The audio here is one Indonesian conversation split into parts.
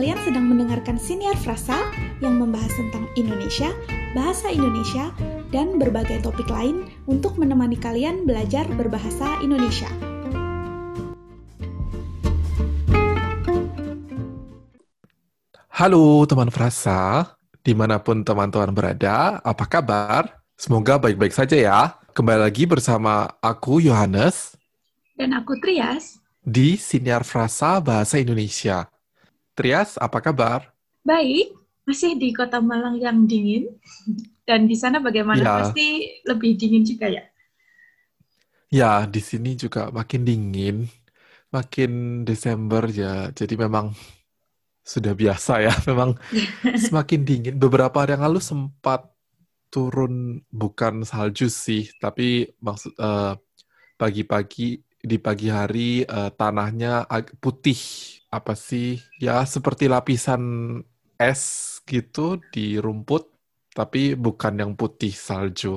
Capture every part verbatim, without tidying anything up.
Kalian sedang mendengarkan Siniar Frasa yang membahas tentang Indonesia, bahasa Indonesia, dan berbagai topik lain untuk menemani kalian belajar berbahasa Indonesia. Halo teman Frasa, dimanapun teman-teman berada, apa kabar? Semoga baik-baik saja ya. Kembali lagi bersama aku, Yohanes, Dan aku Trias. di Siniar Frasa Bahasa Indonesia. Trias, apa kabar? Baik, masih di kota Malang yang dingin. Dan di sana bagaimana? Ya, Pasti lebih dingin juga ya? ya di sini juga makin dingin, makin Desember ya. Jadi memang sudah biasa ya, memang semakin dingin. Beberapa hari yang lalu sempat turun bukan salju sih, tapi maksud eh, pagi-pagi di pagi hari eh, tanahnya ag- putih apa sih ya seperti lapisan es gitu di rumput tapi bukan yang putih salju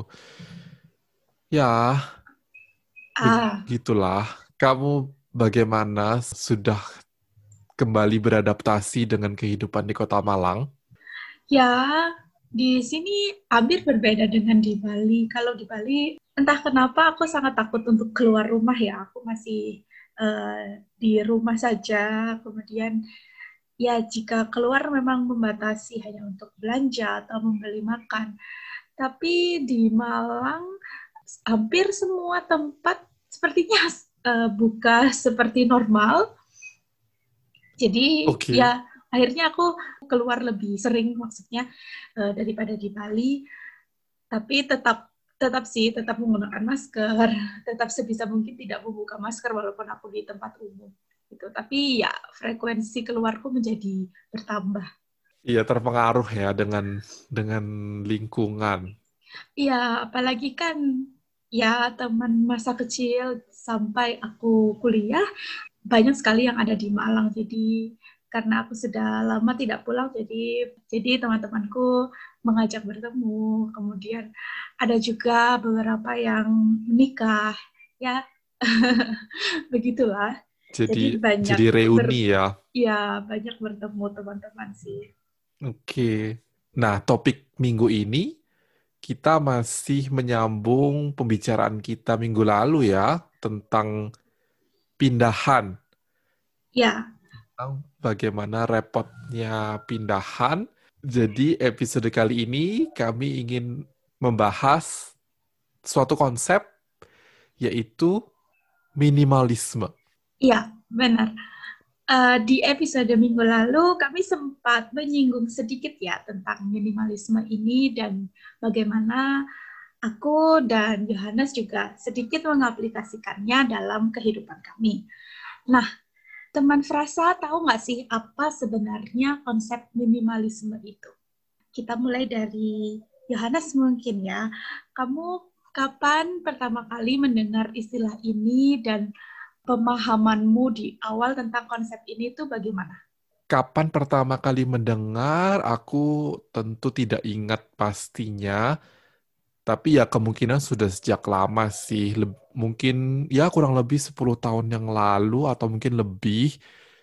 ya Ah, begitulah. Kamu bagaimana, sudah kembali beradaptasi dengan kehidupan di Kota Malang? ya, di sini hampir berbeda dengan di Bali. Kalau di Bali, entah kenapa aku sangat takut untuk keluar rumah ya. Aku masih eh, di rumah saja. Kemudian, ya jika keluar memang membatasi hanya untuk belanja atau membeli makan. Tapi di Malang, hampir semua tempat sepertinya eh, buka seperti normal. Jadi Oke. ya akhirnya aku keluar lebih sering maksudnya eh, daripada di Bali, tapi tetap tetap sih tetap menggunakan masker, tetap sebisa mungkin tidak membuka masker walaupun aku di tempat umum gitu. Tapi ya frekuensi keluarku menjadi bertambah. Iya, terpengaruh ya dengan dengan lingkungan. Iya, apalagi kan ya teman masa kecil sampai aku kuliah banyak sekali yang ada di Malang. Jadi karena aku sudah lama tidak pulang, jadi jadi teman-temanku mengajak bertemu. Kemudian ada juga beberapa yang menikah, ya begitulah. Jadi Jadi banyak jadi ber, reuni ya. ya banyak bertemu teman-teman sih. Oke. Nah, topik minggu ini kita masih menyambung pembicaraan kita minggu lalu ya, tentang pindahan, Ya, tentang bagaimana repotnya pindahan. Jadi episode kali ini kami ingin membahas suatu konsep, yaitu minimalisme. iya benar. Uh, di episode minggu lalu kami sempat menyinggung sedikit ya tentang minimalisme ini dan bagaimana aku dan Yohanes juga sedikit mengaplikasikannya dalam kehidupan kami. Nah, teman Frasa tahu nggak sih apa sebenarnya konsep minimalisme itu? Kita mulai dari Yohanes mungkin ya. Kamu kapan pertama kali mendengar istilah ini dan pemahamanmu di awal tentang konsep ini tuh bagaimana? Kapan pertama kali mendengar, aku tentu tidak ingat pastinya, tapi ya kemungkinan sudah sejak lama sih. Leb- mungkin ya kurang lebih sepuluh tahun yang lalu atau mungkin lebih.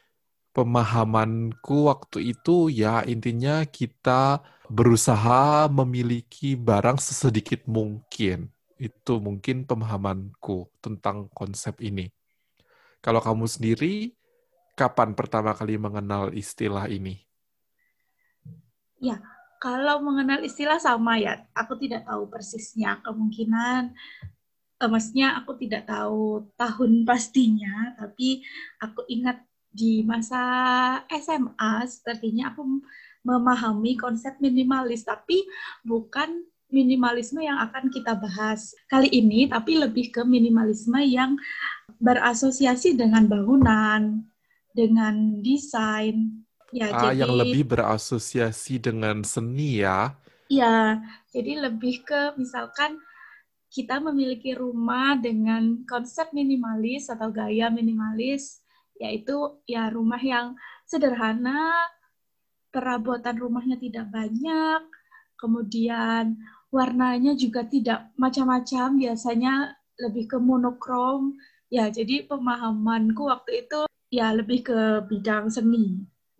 Pemahamanku waktu itu ya intinya kita berusaha memiliki barang sesedikit mungkin. Itu mungkin pemahamanku tentang konsep ini. Kalau kamu sendiri, kapan pertama kali mengenal istilah ini? Ya, kalau mengenal istilah sama ya, aku tidak tahu persisnya. Kemungkinan, eh, maksudnya aku tidak tahu tahun pastinya, tapi aku ingat di masa S M A, sepertinya aku memahami konsep minimalis, tapi bukan minimalisme yang akan kita bahas kali ini, tapi lebih ke minimalisme yang berasosiasi dengan bangunan, dengan desain. Ya, Ah, yang jadi lebih berasosiasi dengan seni ya. ya, jadi lebih ke misalkan kita memiliki rumah dengan konsep minimalis atau gaya minimalis, yaitu ya rumah yang sederhana, perabotan rumahnya tidak banyak, kemudian warnanya juga tidak macam-macam, biasanya lebih ke monokrom. Ya, jadi pemahamanku waktu itu ya lebih ke bidang seni.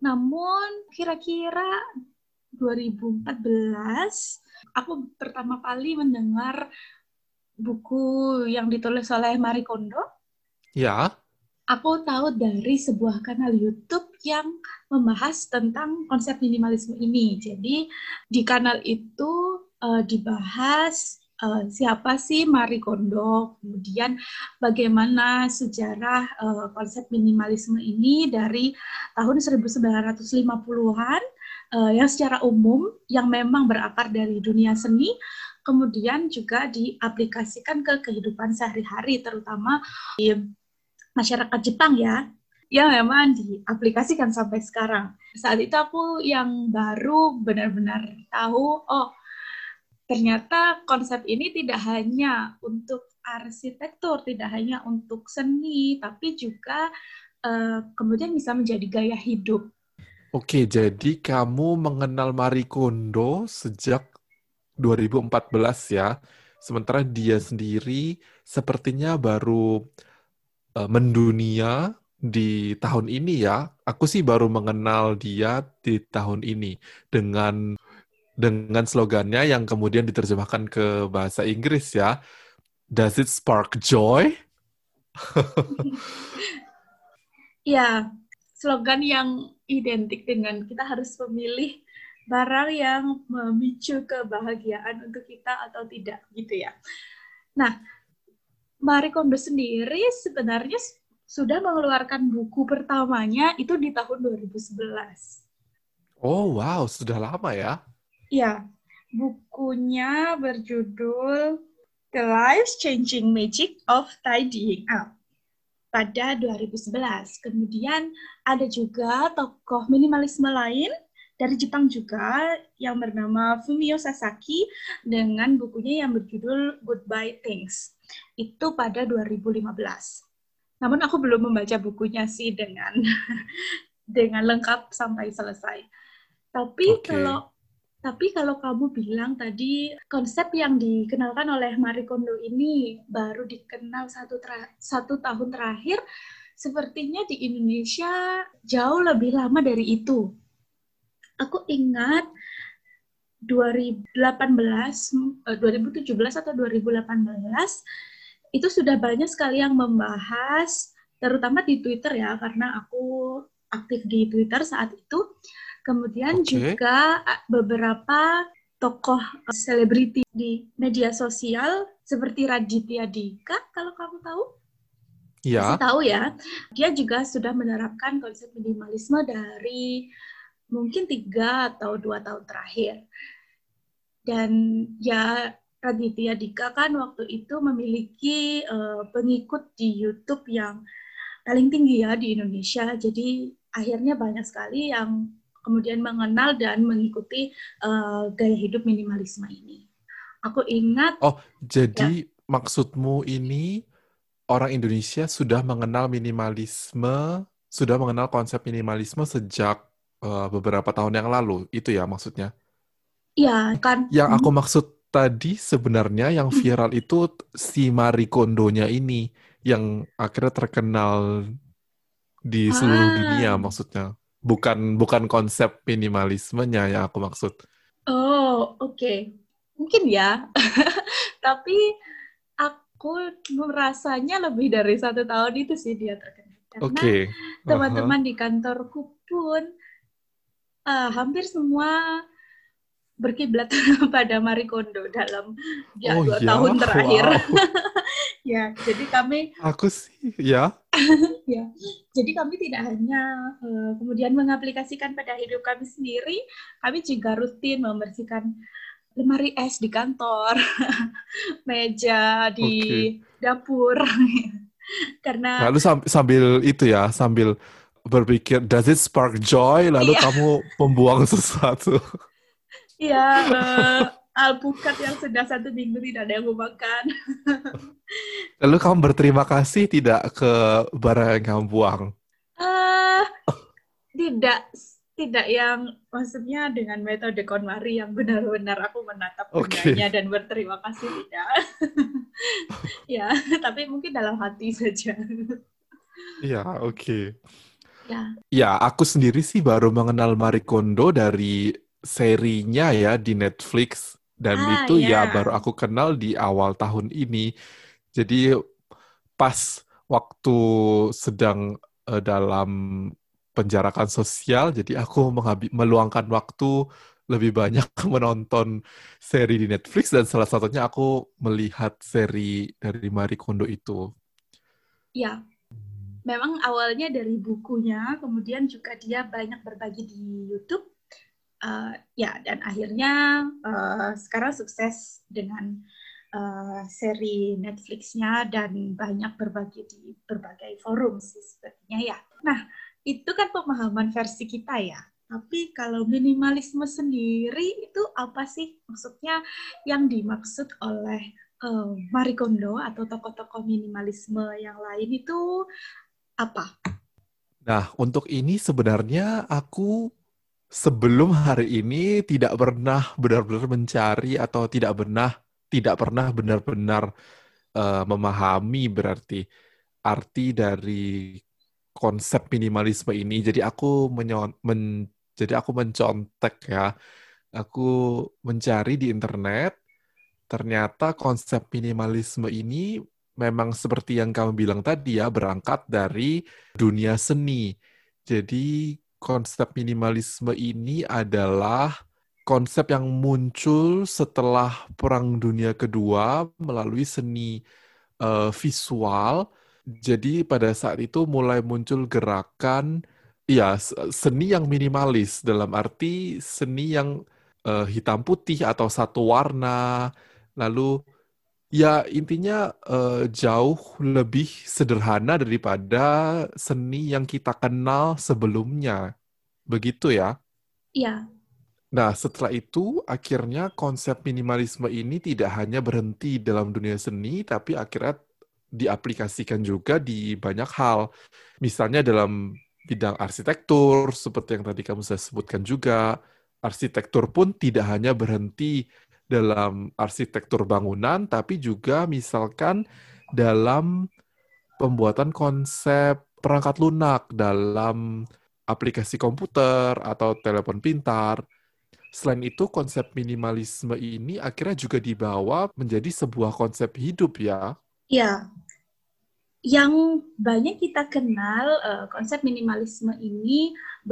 Namun kira-kira dua ribu empat belas aku pertama kali mendengar buku yang ditulis oleh Marie Kondo. Ya. Aku tahu dari sebuah kanal YouTube yang membahas tentang konsep minimalisme ini. Jadi di kanal itu uh, dibahas uh, siapa sih Marie Kondo, kemudian bagaimana sejarah uh, konsep minimalisme ini dari tahun seribu sembilan ratus lima puluhan uh, yang secara umum yang memang berakar dari dunia seni, kemudian juga diaplikasikan ke kehidupan sehari-hari, terutama di masyarakat Jepang ya, yang memang diaplikasikan sampai sekarang. Saat itu aku yang baru benar-benar tahu, oh ternyata konsep ini tidak hanya untuk arsitektur, tidak hanya untuk seni, tapi juga uh, kemudian bisa menjadi gaya hidup. Oke, jadi kamu mengenal Marie Kondo sejak dua ribu empat belas ya, sementara dia sendiri sepertinya baru uh, mendunia di tahun ini ya. Aku sih baru mengenal dia di tahun ini dengan dengan slogannya yang kemudian diterjemahkan ke bahasa Inggris ya. Does it spark joy? Ya, slogan yang identik dengan kita harus memilih barang yang memicu kebahagiaan untuk kita atau tidak gitu ya. Nah, Marie Kondo sendiri sebenarnya sudah mengeluarkan buku pertamanya itu di tahun dua ribu sebelas. Oh wow, sudah lama ya? Ya, bukunya berjudul The Life-Changing Magic of Tidying Up pada dua ribu sebelas. Kemudian ada juga tokoh minimalisme lain dari Jepang juga yang bernama Fumio Sasaki dengan bukunya yang berjudul Goodbye Things. Itu pada dua ribu lima belas. Namun aku belum membaca bukunya sih dengan dengan lengkap sampai selesai. Tapi okay. kalau tapi kalau kamu bilang tadi konsep yang dikenalkan oleh Marie Kondo ini baru dikenal satu tra- satu tahun terakhir, sepertinya di Indonesia jauh lebih lama dari itu. Aku ingat dua ribu delapan belas, dua ribu tujuh belas atau dua ribu delapan belas itu sudah banyak sekali yang membahas, terutama di Twitter ya, karena aku aktif di Twitter saat itu. Kemudian okay. juga beberapa tokoh selebriti di media sosial seperti Raditya Dika, kalau kamu tahu. Ya. Pasti tahu ya. Dia juga sudah menerapkan konsep minimalisme dari mungkin tiga atau dua tahun terakhir. Dan ya Raditya Dika kan waktu itu memiliki uh, pengikut di YouTube yang paling tinggi ya di Indonesia. Jadi akhirnya banyak sekali yang kemudian mengenal dan mengikuti uh, gaya hidup minimalisme ini. Aku ingat. Oh, jadi ya. Maksudmu ini orang Indonesia sudah mengenal minimalisme, sudah mengenal konsep minimalisme sejak uh, beberapa tahun yang lalu, itu ya maksudnya? Iya, kan. Yang aku maksud tadi sebenarnya yang viral itu si Marie Kondonya ini, yang akhirnya terkenal di seluruh ah. dunia maksudnya. Bukan bukan konsep minimalismenya yang aku maksud. Oh, oke. Okay. Mungkin ya. Tapi aku merasanya lebih dari satu tahun itu sih dia terkenal. Karena okay. uh-huh. teman-teman di kantorku pun uh, hampir semua berkiblat pada Marie Kondo dalam ya, oh, dua ya? tahun terakhir. Wow. Ya, jadi kami. Aku sih, ya. Ya, jadi kami tidak hanya uh, kemudian mengaplikasikan pada hidup kami sendiri, kami juga rutin membersihkan lemari es di kantor, meja di okay. dapur. Karena lalu sambil itu ya, sambil berpikir does it spark joy, lalu iya. kamu membuang sesuatu. Iya, uh, alpukat yang sudah satu minggu tidak ada yang mau makan. Lalu kamu berterima kasih tidak ke barang yang kamu buang? Uh, tidak, tidak yang maksudnya dengan metode KonMari yang benar-benar aku menatap okay. bendanya dan berterima kasih tidak. Ya, tapi mungkin dalam hati saja. Iya, oke. Okay. Ya. Ya, aku sendiri sih baru mengenal Marie Kondo dari serinya ya di Netflix. Dan Ah, itu ya ya. baru aku kenal di awal tahun ini. Jadi pas waktu sedang eh, dalam penjarakan sosial, jadi aku menghabi- meluangkan waktu lebih banyak menonton seri di Netflix dan salah satunya aku melihat seri dari Marie Kondo itu. Ya, memang awalnya dari bukunya, kemudian juga dia banyak berbagi di YouTube. Uh, ya, dan akhirnya uh, sekarang sukses dengan uh, seri Netflix-nya dan banyak berbagi di berbagai forum sih sepertinya ya. Nah, itu kan pemahaman versi kita ya. Tapi kalau minimalisme sendiri itu apa sih? Maksudnya yang dimaksud oleh uh, Marie Kondo atau tokoh-tokoh minimalisme yang lain itu apa? Nah, untuk ini sebenarnya aku sebelum hari ini tidak pernah benar-benar mencari atau tidak pernah tidak pernah benar-benar eh, memahami berarti arti dari konsep minimalisme ini. Jadi aku menyon, men- jadi aku mencontek ya. Aku mencari di internet, ternyata konsep minimalisme ini memang seperti yang kamu bilang tadi ya, berangkat dari dunia seni. Jadi konsep minimalisme ini adalah konsep yang muncul setelah Perang Dunia Kedua melalui seni eh, visual. Jadi pada saat itu mulai muncul gerakan, ya s- seni yang minimalis dalam arti seni yang eh, hitam putih atau satu warna. Lalu ya intinya eh, jauh lebih sederhana daripada seni yang kita kenal sebelumnya. Begitu ya. Ya, Nah, setelah itu akhirnya konsep minimalisme ini tidak hanya berhenti dalam dunia seni, tapi akhirnya diaplikasikan juga di banyak hal. Misalnya dalam bidang arsitektur, seperti yang tadi kamu sudah sebutkan juga, arsitektur pun tidak hanya berhenti dalam arsitektur bangunan, tapi juga misalkan dalam pembuatan konsep perangkat lunak dalam aplikasi komputer atau telepon pintar. Selain itu, konsep minimalisme ini akhirnya juga dibawa menjadi sebuah konsep hidup ya. ya. Yang banyak kita kenal uh, konsep minimalisme ini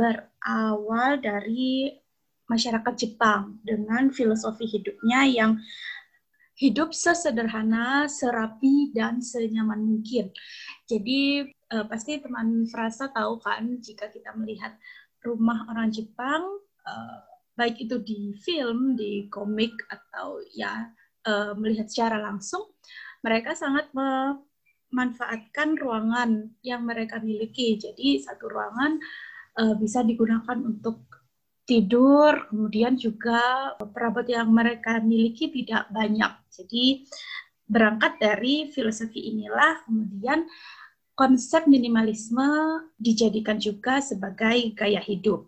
berawal dari masyarakat Jepang dengan filosofi hidupnya yang hidup sesederhana, serapi, dan senyaman mungkin. Jadi uh, pasti teman frasa tahu kan jika kita melihat rumah orang Jepang, uh, baik itu di film, di komik, atau ya uh, melihat secara langsung, mereka sangat memanfaatkan ruangan yang mereka miliki. Jadi satu ruangan uh, bisa digunakan untuk tidur, kemudian juga perabot yang mereka miliki tidak banyak. Jadi berangkat dari filosofi inilah kemudian konsep minimalisme dijadikan juga sebagai gaya hidup.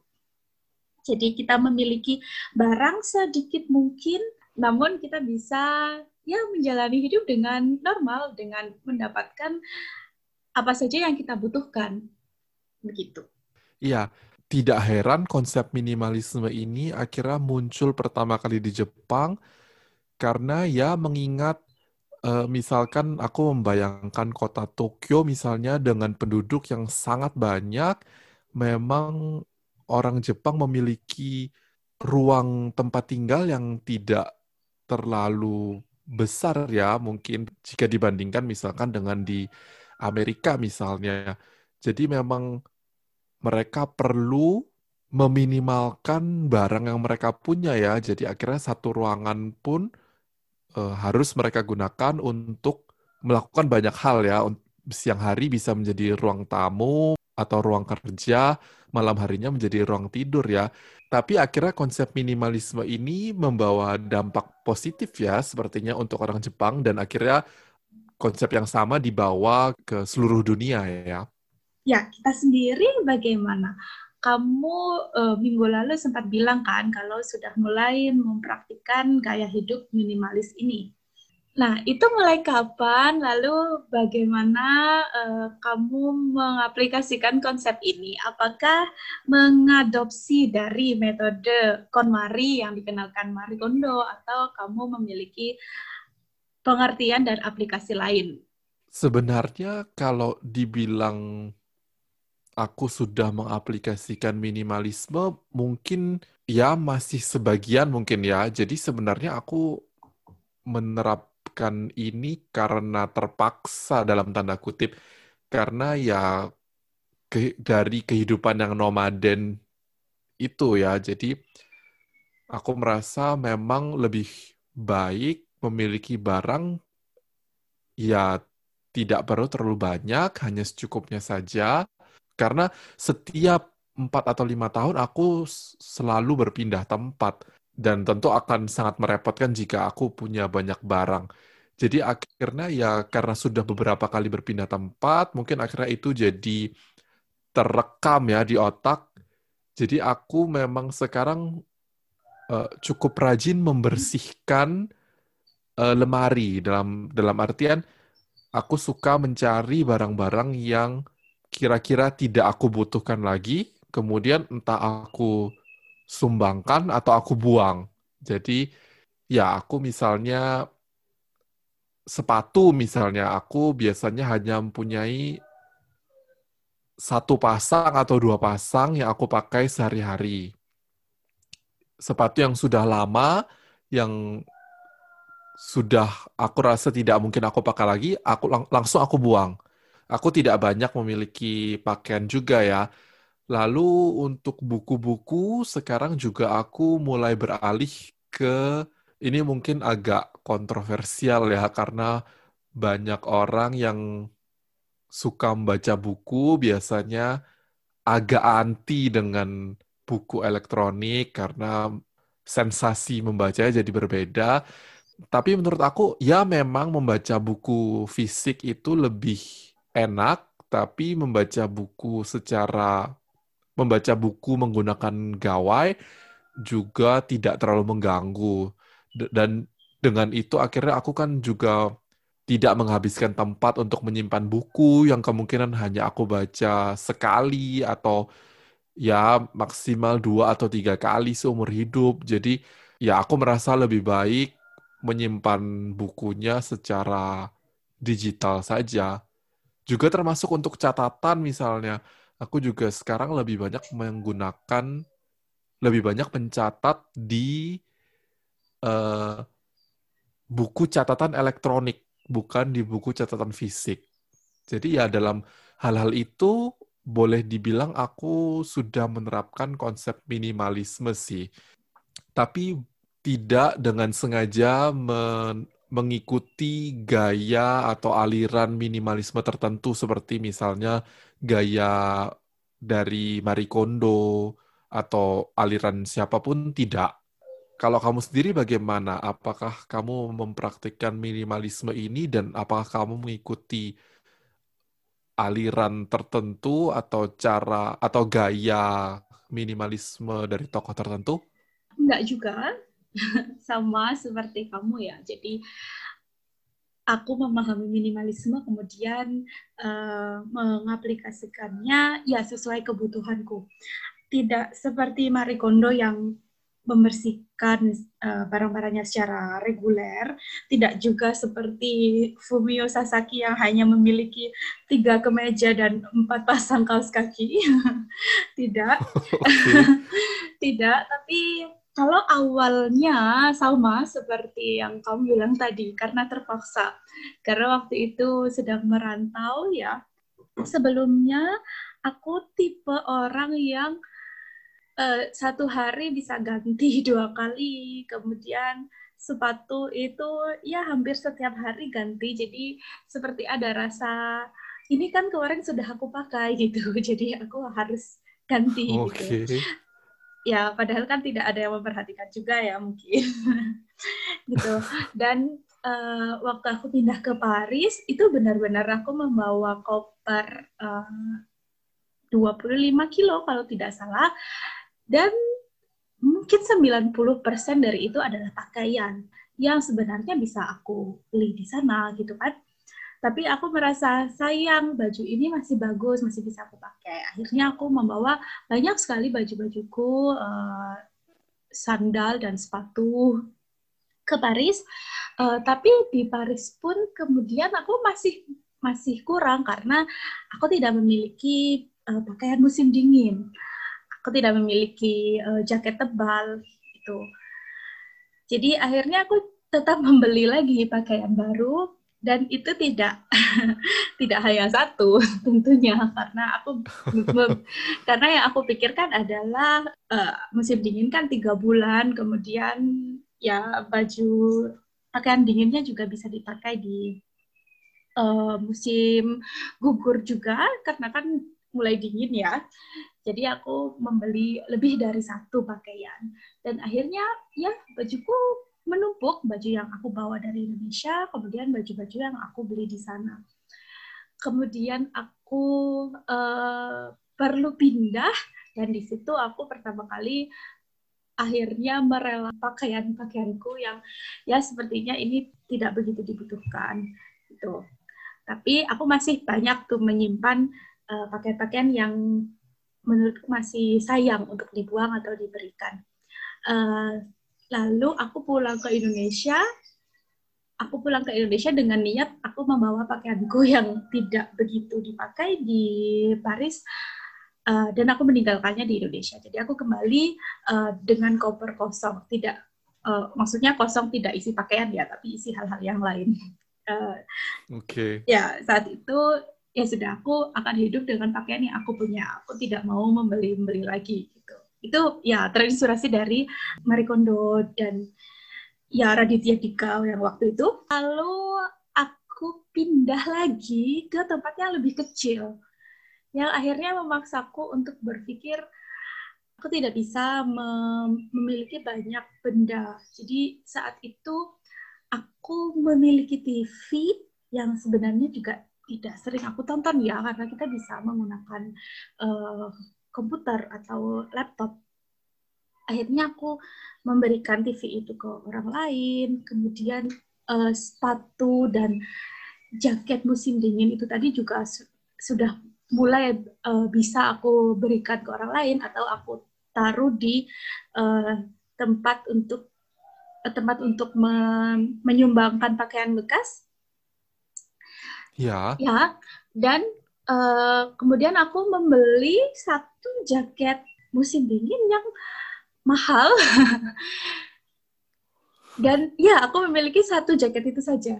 Jadi kita memiliki barang sedikit mungkin, namun kita bisa ya menjalani hidup dengan normal, dengan mendapatkan apa saja yang kita butuhkan, begitu. Iya, tidak heran konsep minimalisme ini akhirnya muncul pertama kali di Jepang karena ya mengingat eh, misalkan aku membayangkan kota Tokyo misalnya dengan penduduk yang sangat banyak, memang orang Jepang memiliki ruang tempat tinggal yang tidak terlalu besar ya mungkin jika dibandingkan misalkan dengan di Amerika misalnya. Jadi memang mereka perlu meminimalkan barang yang mereka punya ya. Jadi akhirnya satu ruangan pun eh, harus mereka gunakan untuk melakukan banyak hal ya. Un- Siang hari bisa menjadi ruang tamu atau ruang kerja, malam harinya menjadi ruang tidur ya. Tapi akhirnya konsep minimalisme ini membawa dampak positif ya, sepertinya untuk orang Jepang dan akhirnya konsep yang sama dibawa ke seluruh dunia ya. Ya, kita sendiri bagaimana? Kamu uh, minggu lalu sempat bilang kan kalau sudah mulai mempraktikkan gaya hidup minimalis ini. Nah, itu mulai kapan? Lalu bagaimana uh, kamu mengaplikasikan konsep ini? Apakah mengadopsi dari metode KonMari yang dikenalkan Marie Kondo atau kamu memiliki pengertian dan aplikasi lain? Sebenarnya kalau dibilang aku sudah mengaplikasikan minimalisme, mungkin ya masih sebagian mungkin ya. Jadi sebenarnya aku menerapkan ini karena terpaksa dalam tanda kutip, karena ya ke- dari kehidupan yang nomaden itu ya. Jadi aku merasa memang lebih baik memiliki barang ya tidak perlu terlalu banyak, hanya secukupnya saja. Karena setiap empat atau lima tahun aku s- selalu berpindah tempat. Dan tentu akan sangat merepotkan jika aku punya banyak barang. Jadi akhirnya ya karena sudah beberapa kali berpindah tempat, mungkin akhirnya itu jadi terekam ya di otak. Jadi aku memang sekarang eh, cukup rajin membersihkan eh, lemari dalam dalam artian aku suka mencari barang-barang yang kira-kira tidak aku butuhkan lagi, kemudian entah aku sumbangkan atau aku buang. Jadi ya aku misalnya sepatu misalnya aku biasanya hanya mempunyai satu pasang atau dua pasang yang aku pakai sehari-hari. Sepatu yang sudah lama, yang sudah aku rasa tidak mungkin aku pakai lagi, aku lang- langsung aku buang. Aku tidak banyak memiliki pakaian juga ya. Lalu untuk buku-buku sekarang juga aku mulai beralih ke ini mungkin agak kontroversial ya karena banyak orang yang suka membaca buku biasanya agak anti dengan buku elektronik karena sensasi membacanya jadi berbeda. Tapi menurut aku, ya memang membaca buku fisik itu lebih enak, tapi membaca buku secara, membaca buku menggunakan gawai juga tidak terlalu mengganggu. D- Dan dengan itu akhirnya aku kan juga tidak menghabiskan tempat untuk menyimpan buku yang kemungkinan hanya aku baca sekali atau ya maksimal dua atau tiga kali seumur hidup. Jadi ya aku merasa lebih baik menyimpan bukunya secara digital saja. Juga termasuk untuk catatan misalnya. Aku juga sekarang lebih banyak menggunakan, lebih banyak mencatat di eh, buku catatan elektronik, bukan di buku catatan fisik. Jadi ya dalam hal-hal itu boleh dibilang aku sudah menerapkan konsep minimalisme sih. Tapi tidak dengan sengaja men- mengikuti gaya atau aliran minimalisme tertentu seperti misalnya gaya dari Marie Kondo atau aliran siapapun tidak. Kalau kamu sendiri bagaimana? Apakah kamu mempraktikkan minimalisme ini dan apakah kamu mengikuti aliran tertentu atau cara atau gaya minimalisme dari tokoh tertentu? Enggak juga, sama seperti kamu ya. Jadi aku memahami minimalisme kemudian uh, mengaplikasikannya ya sesuai kebutuhanku. Tidak seperti Marie Kondo yang membersihkan uh, barang-barangnya secara reguler, tidak juga seperti Fumio Sasaki yang hanya memiliki tiga kemeja dan empat pasang kaos kaki. Tidak, Oke. tidak, tapi kalau awalnya sama seperti yang kamu bilang tadi, karena terpaksa. Karena waktu itu sedang merantau ya, sebelumnya aku tipe orang yang uh, satu hari bisa ganti dua kali, kemudian sepatu itu ya hampir setiap hari ganti, jadi seperti ada rasa ini kan kemarin sudah aku pakai gitu, jadi aku harus ganti gitu. Oke. Ya padahal kan tidak ada yang memperhatikan juga ya mungkin gitu. Dan uh, waktu aku pindah ke Paris itu benar-benar aku membawa koper uh, dua puluh lima kilo kalau tidak salah, dan mungkin sembilan puluh persen dari itu adalah pakaian yang sebenarnya bisa aku beli di sana gitu kan. Tapi aku merasa sayang, baju ini masih bagus, masih bisa aku pakai. Akhirnya aku membawa banyak sekali baju-bajuku, uh, sandal dan sepatu ke Paris. Uh, tapi di Paris pun kemudian aku masih masih kurang karena aku tidak memiliki uh, pakaian musim dingin. Aku tidak memiliki uh, jaket tebal gitu. Jadi akhirnya aku tetap membeli lagi pakaian baru. Dan itu tidak tidak hanya satu tentunya karena aku karena yang aku pikirkan adalah uh, musim dingin kan tiga bulan, kemudian ya baju pakaian dinginnya juga bisa dipakai di uh, musim gugur juga karena kan mulai dingin ya. Jadi aku membeli lebih dari satu pakaian dan akhirnya ya bajuku menumpuk, baju yang aku bawa dari Indonesia, kemudian baju-baju yang aku beli di sana. Kemudian aku uh, perlu pindah, dan di situ aku pertama kali akhirnya merelakan pakaian-pakaianku yang ya sepertinya ini tidak begitu dibutuhkan. Gitu. Tapi aku masih banyak tuh menyimpan uh, pakaian-pakaian yang menurutku masih sayang untuk dibuang atau diberikan. Uh, Lalu aku pulang ke Indonesia, aku pulang ke Indonesia dengan niat aku membawa pakaianku yang tidak begitu dipakai di Paris, uh, dan aku meninggalkannya di Indonesia. Jadi aku kembali uh, dengan koper kosong, tidak, uh, maksudnya kosong tidak isi pakaian ya, tapi isi hal-hal yang lain. Uh, Oke. Okay. Ya saat itu ya sudah, aku akan hidup dengan pakaian yang aku punya. Aku tidak mau membeli-beli lagi gitu. Itu ya terinspirasi dari Marie Kondo dan ya Raditya Dika yang waktu itu. Lalu aku pindah lagi ke tempat yang lebih kecil, yang akhirnya memaksaku untuk berpikir aku tidak bisa mem- memiliki banyak benda. Jadi saat itu aku memiliki T V yang sebenarnya juga tidak sering aku tonton ya, karena kita bisa menggunakan uh, komputer atau laptop. Akhirnya aku memberikan T V itu ke orang lain, kemudian uh, sepatu dan jaket musim dingin itu tadi juga su- sudah mulai uh, bisa aku berikan ke orang lain atau aku taruh di uh, tempat untuk uh, tempat untuk me- menyumbangkan pakaian bekas. Ya. Ya, dan uh, kemudian aku membeli satu jaket musim dingin yang mahal. Dan ya, aku memiliki satu jaket itu saja.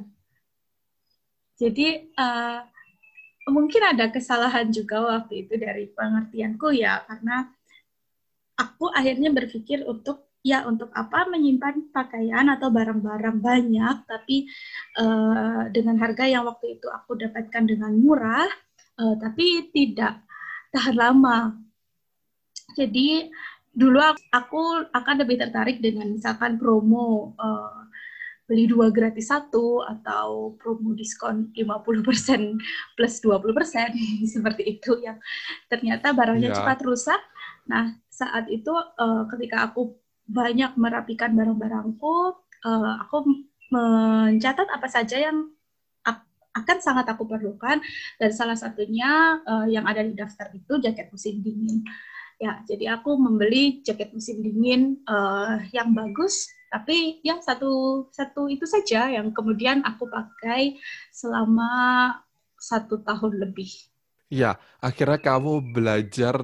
Jadi uh, mungkin ada kesalahan juga waktu itu dari pengertianku ya, karena aku akhirnya berpikir untuk ya untuk apa menyimpan pakaian atau barang-barang banyak, tapi uh, dengan harga yang waktu itu aku dapatkan dengan murah, uh, tapi tidak tahan lama. Jadi dulu aku akan lebih tertarik dengan misalkan promo uh, beli dua gratis satu atau promo diskon lima puluh persen plus dua puluh persen seperti itu yang ternyata barangnya yeah. cepat rusak. Nah, saat itu uh, ketika aku banyak merapikan barang-barangku, uh, aku mencatat apa saja yang akan sangat aku perlukan, dan salah satunya uh, yang ada di daftar itu jaket musim dingin. Ya, jadi aku membeli jaket musim dingin uh, yang bagus, tapi yang satu satu itu saja yang kemudian aku pakai selama satu tahun lebih. Iya, akhirnya kamu belajar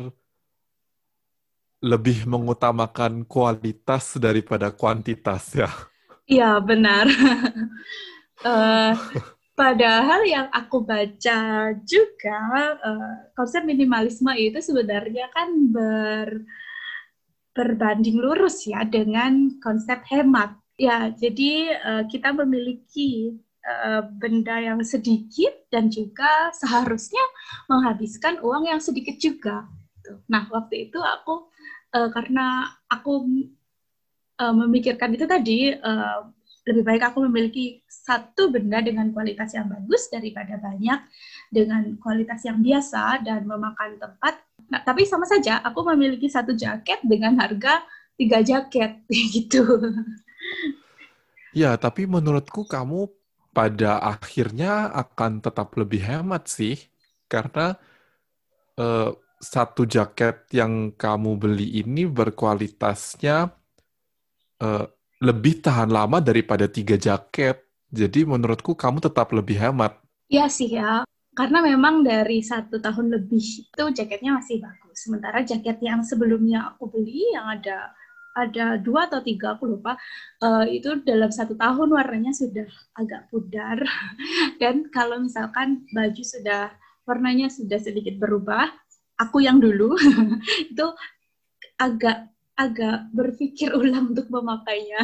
lebih mengutamakan kualitas daripada kuantitas ya. Iya, benar. uh, Padahal yang aku baca juga, uh, konsep minimalisme itu sebenarnya kan ber, berbanding lurus ya dengan konsep hemat. Ya, jadi uh, kita memiliki uh, benda yang sedikit dan juga seharusnya menghabiskan uang yang sedikit juga. Nah, waktu itu aku, uh, karena aku uh, memikirkan itu tadi, uh, lebih baik aku memiliki satu benda dengan kualitas yang bagus daripada banyak dengan kualitas yang biasa dan memakan tempat. Nah, tapi sama saja, aku memiliki satu jaket dengan harga tiga jaket, gitu. Ya, tapi menurutku kamu pada akhirnya akan tetap lebih hemat sih. Karena eh, satu jaket yang kamu beli ini berkualitasnya eh, lebih tahan lama daripada tiga jaket. Jadi menurutku kamu tetap lebih hemat. Iya sih ya, karena memang dari satu tahun lebih itu jaketnya masih bagus. Sementara jaket yang sebelumnya aku beli yang ada ada dua atau tiga aku lupa, eh, itu dalam satu tahun warnanya sudah agak pudar. Dan kalau misalkan baju sudah warnanya sudah sedikit berubah, aku yang dulu itu agak agak berpikir ulang untuk memakainya.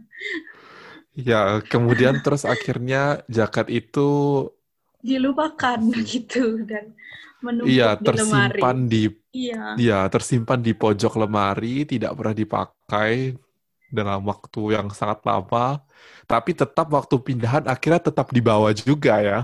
Ya, kemudian terus akhirnya jaket itu Dilupakan apa sih? gitu dan Iya, menumpuk di lemari. tersimpan di Iya. ya, tersimpan di pojok lemari, tidak pernah dipakai dalam waktu yang sangat lama. Tapi tetap waktu pindahan akhirnya tetap dibawa juga ya.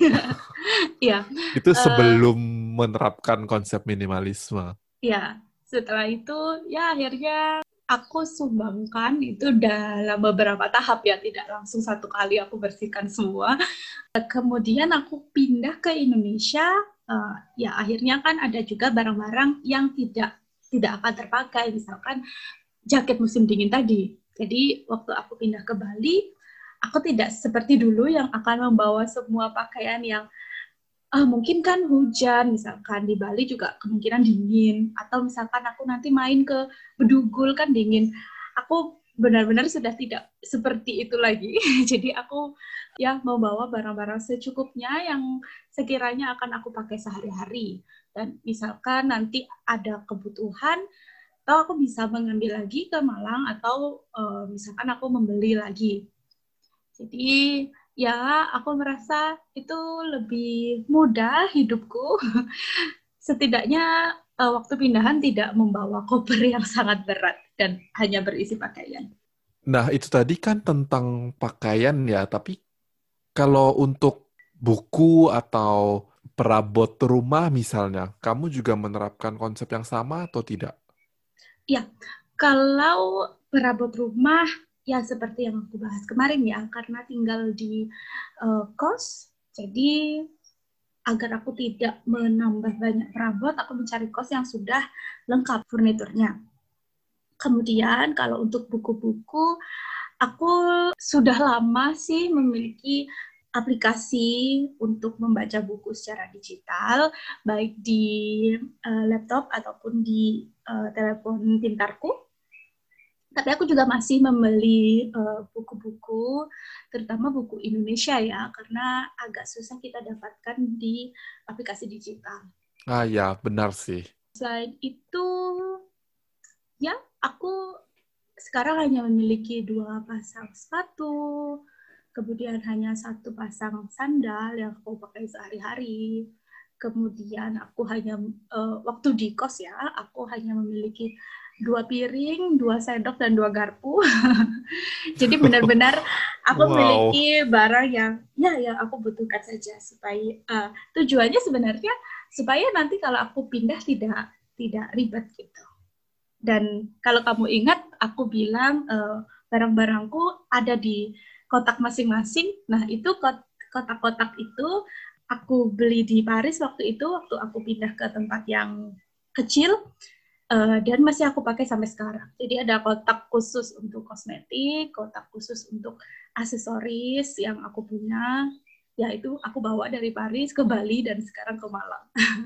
Iya, Itu eh, sebelum menerapkan konsep minimalisme. ya. Setelah itu ya akhirnya aku sumbangkan itu dalam beberapa tahap ya, tidak langsung satu kali aku bersihkan semua. Kemudian aku pindah ke Indonesia, eh, ya akhirnya kan ada juga barang-barang yang tidak tidak akan terpakai, misalkan jaket musim dingin tadi. Jadi waktu aku pindah ke Bali, aku tidak seperti dulu yang akan membawa semua pakaian yang ah, mungkin kan hujan, misalkan di Bali juga kemungkinan dingin, atau misalkan aku nanti main ke Bedugul kan dingin. Aku benar-benar sudah tidak seperti itu lagi. Jadi aku ya membawa barang-barang secukupnya yang sekiranya akan aku pakai sehari-hari. Dan misalkan nanti ada kebutuhan, atau aku bisa mengambil lagi ke Malang, atau uh, misalkan aku membeli lagi. Jadi ya aku merasa itu lebih mudah hidupku. Setidaknya uh, waktu pindahan tidak membawa koper yang sangat berat dan hanya berisi pakaian. Nah, itu tadi kan tentang pakaian ya, tapi kalau untuk buku atau perabot rumah misalnya, kamu juga menerapkan konsep yang sama atau tidak? Ya, kalau perabot rumah ya seperti yang aku bahas kemarin ya, karena tinggal di uh, kos, jadi agar aku tidak menambah banyak perabot, aku mencari kos yang sudah lengkap furniturnya. Kemudian kalau untuk buku-buku, aku sudah lama sih memiliki aplikasi untuk membaca buku secara digital, baik di uh, laptop ataupun di uh, telepon pintarku. Tapi aku juga masih membeli uh, buku-buku, terutama buku Indonesia ya, karena agak susah kita dapatkan di aplikasi digital. Ah ya, benar sih. Selain itu, ya aku sekarang hanya memiliki dua pasang sepatu, kemudian hanya satu pasang sandal yang aku pakai sehari-hari. Kemudian aku hanya uh, waktu di kos ya, aku hanya memiliki dua piring, dua sendok dan dua garpu. Jadi benar-benar aku Wow. memiliki barang yang ya yang aku butuhkan saja supaya uh, tujuannya sebenarnya supaya nanti kalau aku pindah tidak tidak ribet gitu. Dan kalau kamu ingat, aku bilang uh, barang-barangku ada di kotak masing-masing. Nah, itu kotak-kotak itu aku beli di Paris waktu itu, waktu aku pindah ke tempat yang kecil, uh, dan masih aku pakai sampai sekarang. Jadi ada kotak khusus untuk kosmetik, kotak khusus untuk aksesoris yang aku punya. Ya itu aku bawa dari Paris ke Bali dan sekarang ke Malang.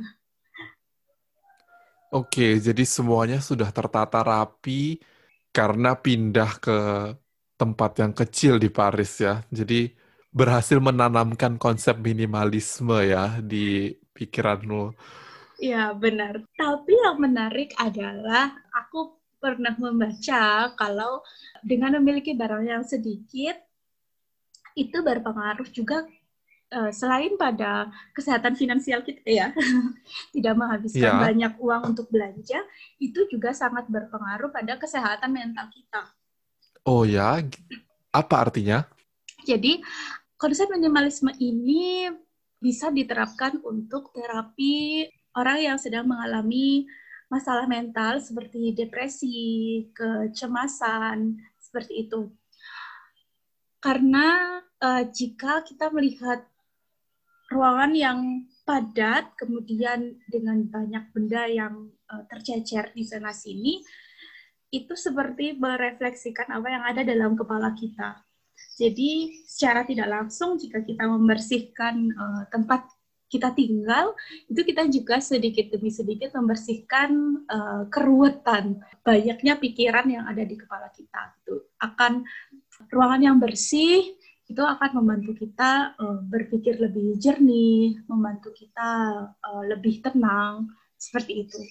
Oke, jadi semuanya sudah tertata rapi karena pindah ke tempat yang kecil di Paris ya. Jadi berhasil menanamkan konsep minimalisme ya di pikiranmu. Ya, benar. Tapi yang menarik adalah aku pernah membaca kalau dengan memiliki barang yang sedikit, itu berpengaruh juga uh, selain pada kesehatan finansial kita ya, tidak menghabiskan Ya, banyak uang untuk belanja, itu juga sangat berpengaruh pada kesehatan mental kita. oh ya, apa artinya? Jadi, konsep minimalisme ini bisa diterapkan untuk terapi orang yang sedang mengalami masalah mental seperti depresi, kecemasan, seperti itu. Karena uh, jika kita melihat ruangan yang padat, kemudian dengan banyak benda yang uh, tercecer di sana-sini, itu seperti merefleksikan apa yang ada dalam kepala kita. Jadi secara tidak langsung jika kita membersihkan uh, tempat kita tinggal, itu kita juga sedikit demi sedikit membersihkan uh, keruwetan, banyaknya pikiran yang ada di kepala kita. Itu akan ruangan yang bersih itu akan membantu kita uh, berpikir lebih jernih, membantu kita uh, lebih tenang, seperti itu.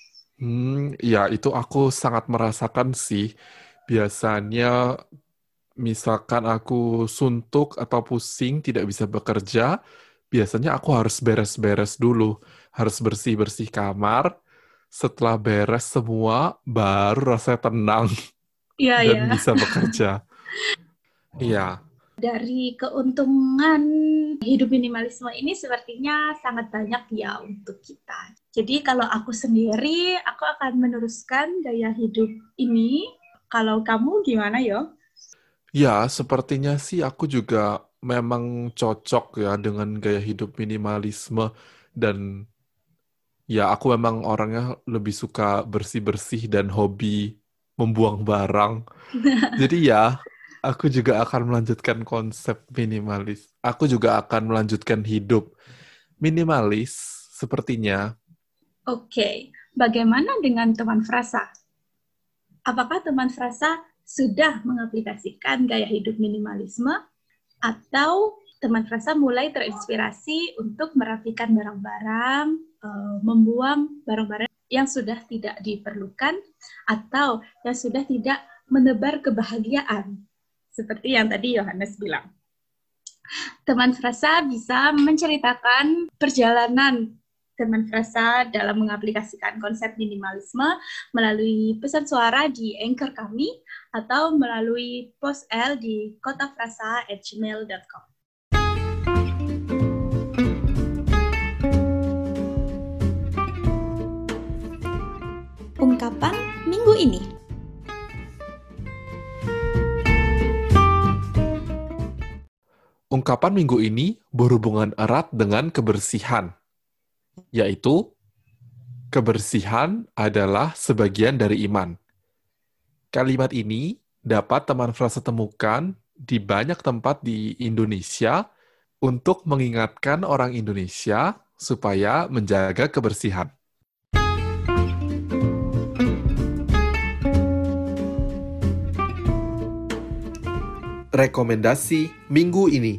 Hmm, ya itu aku sangat merasakan sih. Biasanya misalkan aku suntuk atau pusing, tidak bisa bekerja, biasanya aku harus beres-beres dulu. Harus bersih-bersih kamar. Setelah beres semua, baru rasanya tenang Iya, dan ya. bisa bekerja. Iya. Dari keuntungan hidup minimalisme ini sepertinya sangat banyak ya untuk kita. Jadi kalau aku sendiri, aku akan meneruskan gaya hidup ini. Kalau kamu gimana, Yo? Ya, sepertinya sih aku juga memang cocok ya dengan gaya hidup minimalisme dan ya aku memang orangnya lebih suka bersih-bersih dan hobi membuang barang. Jadi ya, aku juga akan melanjutkan konsep minimalis. Aku juga akan melanjutkan hidup minimalis sepertinya. Oke, bagaimana dengan teman frasa? Apakah teman frasa sudah mengaplikasikan gaya hidup minimalisme atau teman frasa mulai terinspirasi untuk merapikan barang-barang, uh, membuang barang-barang yang sudah tidak diperlukan atau yang sudah tidak menebar kebahagiaan, seperti yang tadi Yohanes bilang. Teman frasa bisa menceritakan perjalanan teman frasa dalam mengaplikasikan konsep minimalisme melalui pesan suara di Anchor kami atau melalui post L di kotafrasa at gmail dot com. Ungkapan minggu ini. Ungkapan minggu ini berhubungan erat dengan kebersihan, yaitu kebersihan adalah sebagian dari iman. Kalimat ini dapat teman frasa temukan di banyak tempat di Indonesia untuk mengingatkan orang Indonesia supaya menjaga kebersihan. Rekomendasi minggu ini.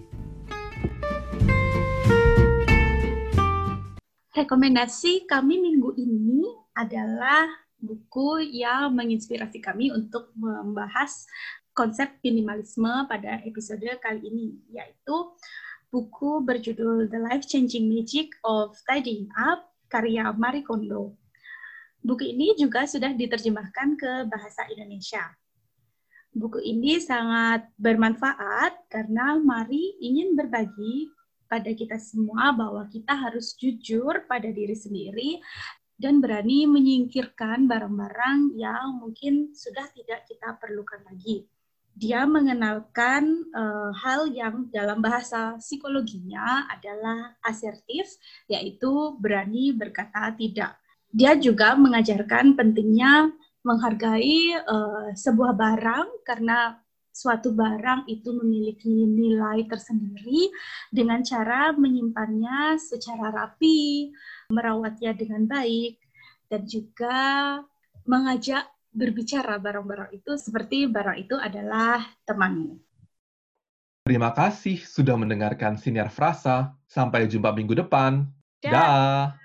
Rekomendasi kami minggu ini adalah buku yang menginspirasi kami untuk membahas konsep minimalisme pada episode kali ini, yaitu buku berjudul The Life-Changing Magic of Tidying Up, karya Marie Kondo. Buku ini juga sudah diterjemahkan ke bahasa Indonesia. Buku ini sangat bermanfaat karena Marie ingin berbagi pada kita semua bahwa kita harus jujur pada diri sendiri dan berani menyingkirkan barang-barang yang mungkin sudah tidak kita perlukan lagi. Dia mengenalkan uh, hal yang dalam bahasa psikologinya adalah asertif, yaitu berani berkata tidak. Dia juga mengajarkan pentingnya menghargai uh, sebuah barang karena suatu barang itu memiliki nilai tersendiri dengan cara menyimpannya secara rapi, merawatnya dengan baik, dan juga mengajak berbicara barang-barang itu seperti barang itu adalah temanmu. Terima kasih sudah mendengarkan Sinar Frasa. Sampai jumpa minggu depan. Dah. Dah.